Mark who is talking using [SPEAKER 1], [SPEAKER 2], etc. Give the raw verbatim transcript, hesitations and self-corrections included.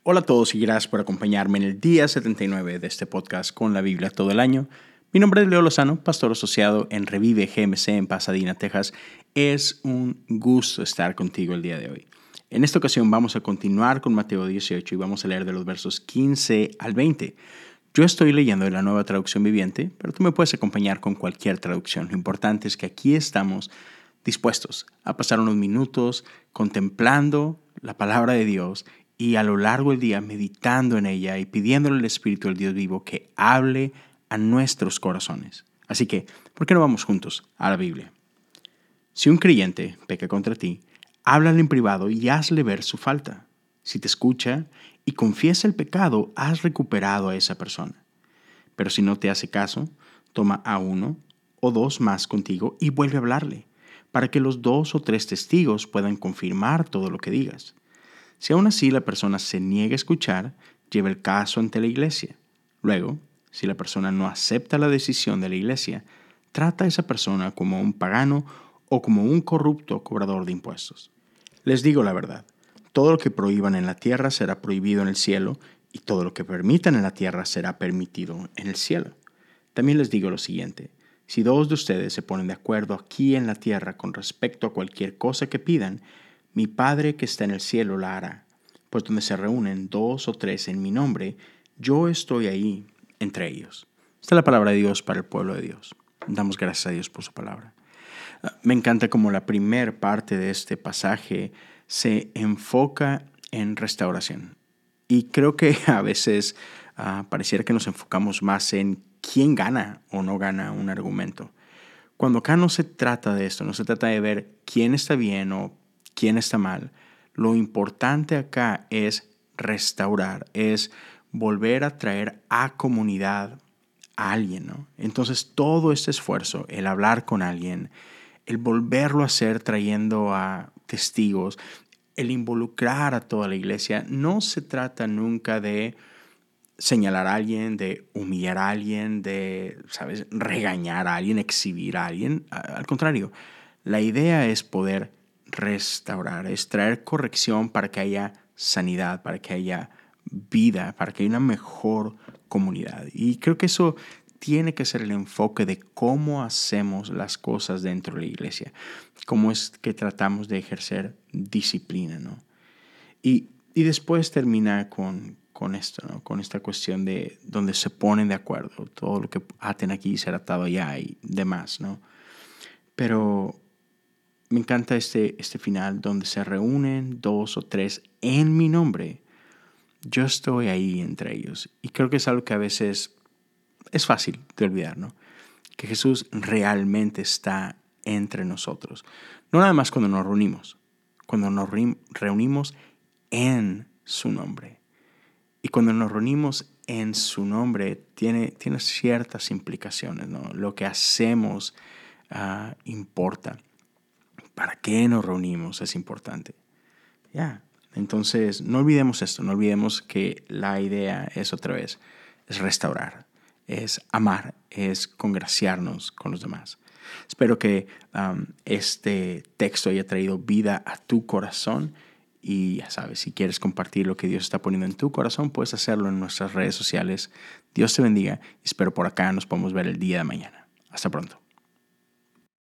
[SPEAKER 1] Hola a todos y gracias por acompañarme en el día setenta y nueve de este podcast con la Biblia todo el año. Mi nombre es Leo Lozano, pastor asociado en Revive G M C en Pasadena, Texas. Es un gusto estar contigo el día de hoy. En esta ocasión vamos a continuar con Mateo dieciocho y vamos a leer de los versos quince al veinte. Yo estoy leyendo de la Nueva Traducción Viviente, pero tú me puedes acompañar con cualquier traducción. Lo importante es que aquí estamos dispuestos a pasar unos minutos contemplando la palabra de Dios y a lo largo del día meditando en ella y pidiéndole al Espíritu del Dios vivo que hable a nuestros corazones. Así que, ¿por qué no vamos juntos a la Biblia? Si un creyente peca contra ti, háblale en privado y hazle ver su falta. Si te escucha y confiesa el pecado, has recuperado a esa persona. Pero si no te hace caso, toma a uno o dos más contigo y vuelve a hablarle, para que los dos o tres testigos puedan confirmar todo lo que digas. Si aún así la persona se niega a escuchar, lleva el caso ante la iglesia. Luego, si la persona no acepta la decisión de la iglesia, trata a esa persona como un pagano o como un corrupto cobrador de impuestos. Les digo la verdad, todo lo que prohíban en la tierra será prohibido en el cielo, y todo lo que permitan en la tierra será permitido en el cielo. También les digo lo siguiente, si dos de ustedes se ponen de acuerdo aquí en la tierra con respecto a cualquier cosa que pidan, mi Padre que está en el cielo la hará, pues donde se reúnen dos o tres en mi nombre, yo estoy ahí entre ellos. Esta es la palabra de Dios para el pueblo de Dios. Damos gracias a Dios por su palabra. Me encanta cómo la primera parte de este pasaje se enfoca en restauración. Y creo que a veces uh, pareciera que nos enfocamos más en quién gana o no gana un argumento. Cuando acá no se trata de esto, no se trata de ver quién está bien o quién está mal. Lo importante acá es restaurar, es volver a traer a comunidad a alguien, ¿no? Entonces todo este esfuerzo, el hablar con alguien, el volverlo a hacer trayendo a testigos, el involucrar a toda la iglesia, no se trata nunca de señalar a alguien, de humillar a alguien, de, ¿sabes?, regañar a alguien, exhibir a alguien. Al contrario, la idea es poder restaurar, es traer corrección para que haya sanidad, para que haya vida, para que haya una mejor comunidad. Y creo que eso tiene que ser el enfoque de cómo hacemos las cosas dentro de la iglesia, cómo es que tratamos de ejercer disciplina, ¿no? Y, y después termina con, con esto, ¿no? Con esta cuestión de donde se ponen de acuerdo, todo lo que aten aquí será atado allá y demás, ¿no? Pero me encanta este, este final donde se reúnen dos o tres en mi nombre. Yo estoy ahí entre ellos. Y creo que es algo que a veces es fácil de olvidar, ¿no? Que Jesús realmente está entre nosotros. No nada más cuando nos reunimos, cuando nos reunimos en su nombre. Y cuando nos reunimos en su nombre tiene, tiene ciertas implicaciones, ¿no? Lo que hacemos uh, importa. ¿Para qué nos reunimos? Es importante. Ya. Yeah. Entonces, no olvidemos esto, no olvidemos que la idea es otra vez, es restaurar, es amar, es congraciarnos con los demás. Espero que um, este texto haya traído vida a tu corazón y ya sabes, si quieres compartir lo que Dios está poniendo en tu corazón, puedes hacerlo en nuestras redes sociales. Dios te bendiga y espero por acá nos podemos ver el día de mañana. Hasta pronto.